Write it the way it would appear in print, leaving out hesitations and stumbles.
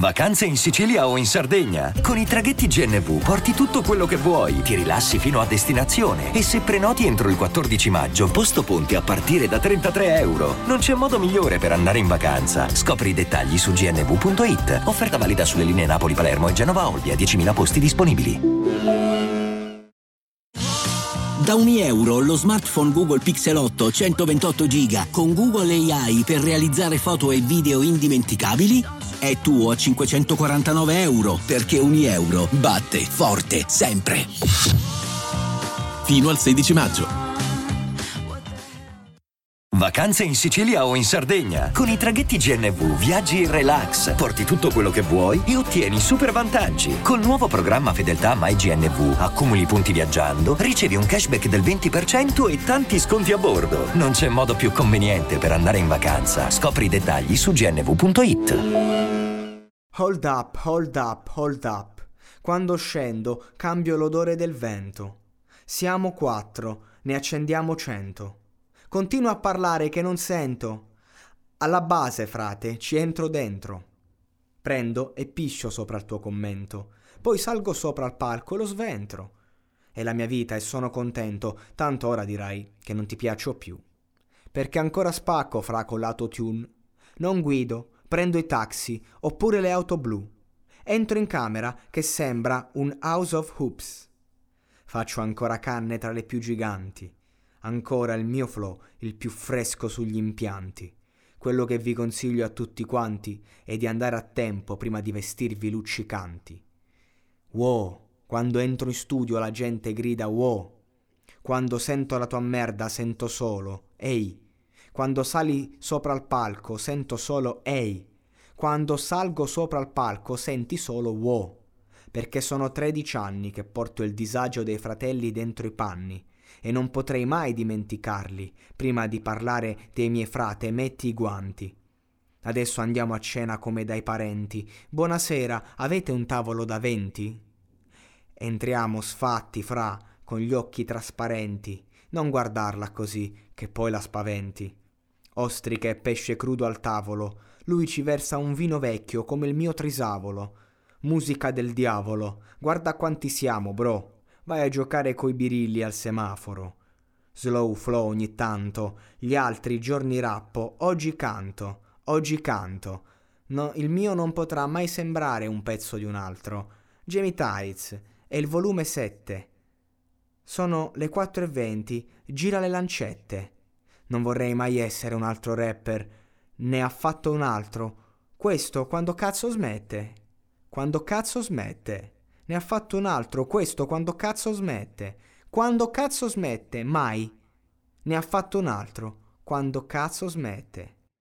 Vacanze in Sicilia o in Sardegna? Con i traghetti GNV porti tutto quello che vuoi, ti rilassi fino a destinazione e se prenoti entro il 14 maggio, posto ponti a partire da €33. Non c'è modo migliore per andare in vacanza. Scopri i dettagli su gnv.it. Offerta valida sulle linee Napoli-Palermo e Genova-Olbia, 10.000 posti disponibili. Da €1 lo smartphone Google Pixel 8 128 GB con Google AI per realizzare foto e video indimenticabili è tuo a €549, perché €1 batte forte sempre. Fino al 16 maggio. Vacanze in Sicilia o in Sardegna? Con i traghetti GNV viaggi in relax, porti tutto quello che vuoi e ottieni super vantaggi. Col nuovo programma Fedeltà MyGNV accumuli punti viaggiando, ricevi un cashback del 20% e tanti sconti a bordo. Non c'è modo più conveniente per andare in vacanza. Scopri i dettagli su gnv.it. Hold up, hold up, hold up. Quando scendo cambio l'odore del vento. Siamo 4, ne accendiamo 100. Continua a parlare che non sento. Alla base, frate, ci entro dentro. Prendo e piscio sopra il tuo commento. Poi salgo sopra al palco e lo sventro. È la mia vita e sono contento, tanto ora dirai che non ti piaccio più. Perché ancora spacco fra con l'autotune. Non guido, prendo i taxi oppure le auto blu. Entro in camera che sembra un House of Hoops. Faccio ancora canne tra le più giganti. Ancora il mio flow, il più fresco sugli impianti. Quello che vi consiglio a tutti quanti è di andare a tempo prima di vestirvi luccicanti. Wow, quando entro in studio la gente grida wow. Quando sento la tua merda sento solo ehi. Quando sali sopra il palco sento solo ehi. Quando salgo sopra il palco senti solo wow. Perché sono 13 anni che porto il disagio dei fratelli dentro i panni. E non potrei mai dimenticarli. Prima di parlare dei miei frate metti i guanti. Adesso andiamo a cena come dai parenti. Buonasera, avete un tavolo da 20? Entriamo sfatti fra, con gli occhi trasparenti. Non guardarla così, che poi la spaventi. Ostriche e pesce crudo al tavolo. Lui ci versa un vino vecchio come il mio trisavolo. Musica del diavolo. Guarda quanti siamo, bro. Vai a giocare coi birilli al semaforo. Slow flow ogni tanto, gli altri giorni rappo, oggi canto, oggi canto. No, il mio non potrà mai sembrare un pezzo di un altro. Jamie Tights, è il volume 7. Sono le 4:20, gira le lancette. Non vorrei mai essere un altro rapper, ne ha fatto un altro. Questo quando cazzo smette? Quando cazzo smette? Ne ha fatto un altro, questo quando cazzo smette? Quando cazzo smette? Mai. Ne ha fatto un altro, quando cazzo smette?